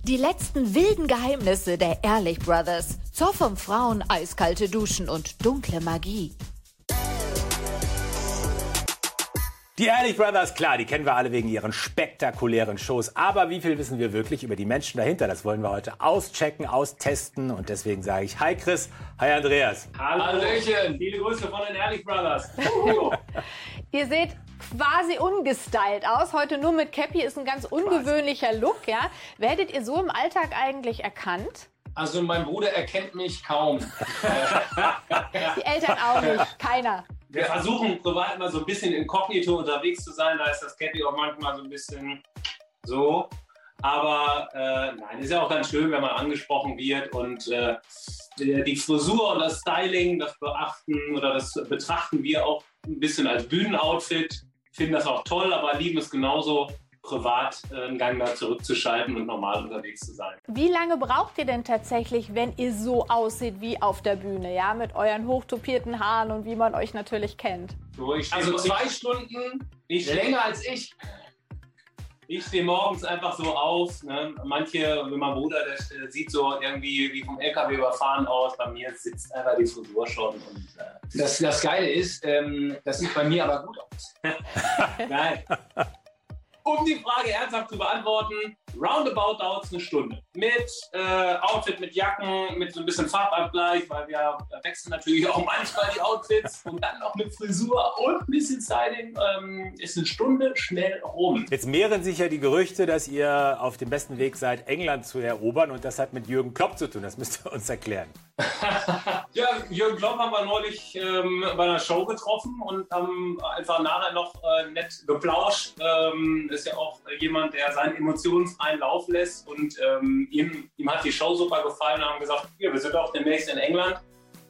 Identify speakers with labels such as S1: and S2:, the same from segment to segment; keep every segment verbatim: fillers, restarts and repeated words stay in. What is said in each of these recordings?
S1: Die letzten wilden Geheimnisse der Ehrlich Brothers. Zoff um Frauen, eiskalte Duschen und dunkle Magie.
S2: Die Ehrlich Brothers, klar, die kennen wir alle wegen ihren spektakulären Shows. Aber wie viel wissen wir wirklich über die Menschen dahinter? Das wollen wir heute auschecken, austesten. Und deswegen sage ich Hi Chris, hi Andreas.
S3: Hallöchen, viele Grüße von den Ehrlich Brothers.
S4: Ihr seht quasi ungestylt aus. Heute nur mit Cappy, ist ein ganz ungewöhnlicher Look. Ja? Werdet ihr so im Alltag eigentlich erkannt?
S3: Also mein Bruder erkennt mich kaum.
S4: Die Eltern auch nicht, keiner.
S3: Wir versuchen privat immer so ein bisschen inkognito unterwegs zu sein. Da ist das Cappy auch manchmal so ein bisschen so. Aber äh, nein, ist ja auch ganz schön, wenn man angesprochen wird. Und äh, die Frisur und das Styling, das beachten oder das betrachten wir auch ein bisschen als Bühnenoutfit. Finden das auch toll, aber lieben es genauso, privat einen Gang da zurückzuschalten und normal unterwegs zu sein.
S4: Wie lange braucht ihr denn tatsächlich, wenn ihr so aussieht wie auf der Bühne, ja, mit euren hochtopierten Haaren und wie man euch natürlich kennt?
S3: So, ich also zwei ich, Stunden, ich, länger als ich. Ich stehe morgens einfach so auf. Ne? Manche, wie mein Bruder, der, der sieht so irgendwie wie vom L K W überfahren aus. Bei mir sitzt einfach die Frisur schon. Und, äh das, das Geile ist, ähm, das sieht bei mir aber gut aus. Nein. Um die Frage ernsthaft zu beantworten, roundabout dauert es eine Stunde. Mit äh, Outfit, mit Jacken, mit so ein bisschen Farbabgleich, weil wir wechseln natürlich auch manchmal die Outfits. Und dann noch mit Frisur und ein bisschen Styling ähm, ist eine Stunde schnell rum.
S2: Jetzt mehren sich ja die Gerüchte, dass ihr auf dem besten Weg seid, England zu erobern. Und das hat mit Jürgen Klopp zu tun. Das müsst ihr uns erklären.
S3: Ja, Jürgen Klopp haben wir neulich ähm, bei einer Show getroffen und haben einfach nachher noch äh, nett geplauscht. Ähm, ist ja auch jemand, der seinen emotionsfreien Lauf lässt und ähm, ihm, ihm hat die Show super gefallen und haben gesagt, ja, wir sind auch demnächst in England.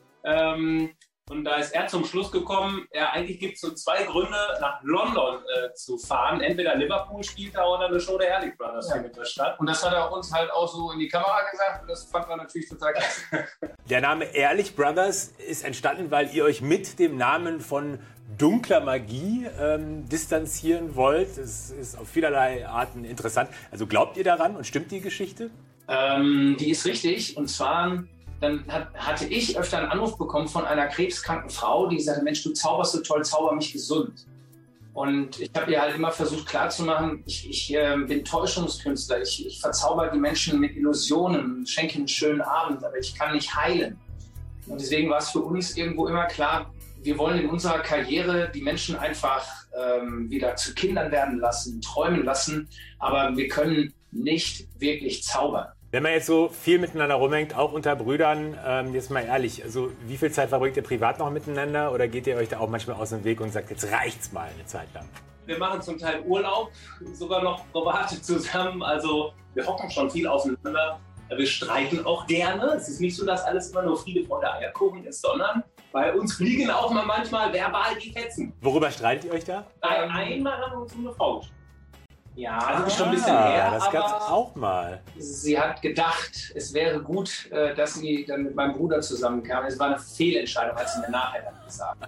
S3: Ähm, und da ist er zum Schluss gekommen, ja, eigentlich gibt es so zwei Gründe, nach London äh, zu fahren. Entweder Liverpool spielt da oder eine Show der Ehrlich Brothers ja. findet da statt. Und das hat er uns halt auch so in die Kamera gesagt und das fand man natürlich total klasse.
S2: Der Name Ehrlich Brothers ist entstanden, weil ihr euch mit dem Namen von dunkler Magie ähm, distanzieren wollt. Es ist auf vielerlei Arten interessant. Also glaubt ihr daran und stimmt die Geschichte?
S3: Ähm, die ist richtig und zwar... Dann hat, hatte ich öfter einen Anruf bekommen von einer krebskranken Frau, die sagte, Mensch, du zauberst so toll, zauber mich gesund. Und ich habe ihr halt immer versucht klarzumachen, ich, ich äh, bin Täuschungskünstler, ich, ich verzauber die Menschen mit Illusionen, schenke einen schönen Abend, aber ich kann nicht heilen. Und deswegen war es für uns irgendwo immer klar, wir wollen in unserer Karriere die Menschen einfach ähm, wieder zu Kindern werden lassen, träumen lassen, aber wir können nicht wirklich zaubern.
S2: Wenn man jetzt so viel miteinander rumhängt, auch unter Brüdern, ähm, jetzt mal ehrlich, also wie viel Zeit verbringt ihr privat noch miteinander oder geht ihr euch da auch manchmal aus dem Weg und sagt, jetzt reicht's mal eine Zeit lang?
S3: Wir machen zum Teil Urlaub, sogar noch private zusammen, also wir hocken schon viel aufeinander. Wir streiten auch gerne. Es ist nicht so, dass alles immer nur Friede, Freude, Eierkuchen ist, sondern bei uns fliegen auch mal manchmal verbal die Fetzen.
S2: Worüber streitet ihr euch da?
S3: Ein, einmal haben wir uns um eine Frau gestritten. Ja, das
S2: ah,
S3: ist schon ein bisschen her,
S2: das gab's auch mal.
S3: Sie hat gedacht, es wäre gut, dass sie dann mit meinem Bruder zusammenkam. Es war eine Fehlentscheidung, hat sie mir nachher dann gesagt.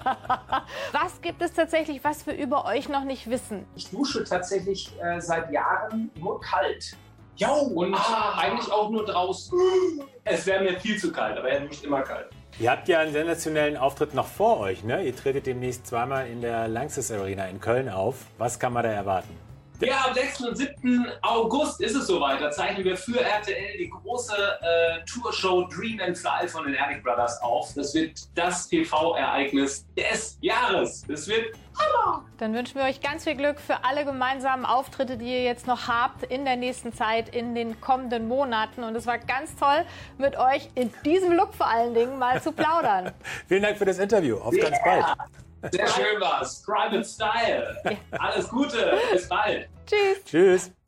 S4: Was gibt es tatsächlich, was wir über euch noch nicht wissen?
S3: Ich dusche tatsächlich äh, seit Jahren nur kalt. Jo, und ah. eigentlich auch nur draußen. Es wäre mir viel zu kalt, aber er duscht immer kalt.
S2: Ihr habt ja einen sensationellen Auftritt noch vor euch, ne? Ihr tretet demnächst zweimal in der Lanxess Arena in Köln auf. Was kann man da erwarten?
S3: Ja, am sechsten und siebten August ist es soweit. Da zeichnen wir für R T L die große äh, Tourshow Dream and Fly von den Ehrlich Brothers auf. Das wird das T V-Ereignis des Jahres. Das wird Hammer!
S4: Dann wünschen wir euch ganz viel Glück für alle gemeinsamen Auftritte, die ihr jetzt noch habt in der nächsten Zeit, in den kommenden Monaten. Und es war ganz toll, mit euch in diesem Look vor allen Dingen mal zu plaudern.
S2: Vielen Dank für das Interview. Auf yeah. ganz bald.
S3: Sehr schön war's. Private Style. Ja. Alles Gute. Bis bald.
S4: Tschüss.
S2: Tschüss.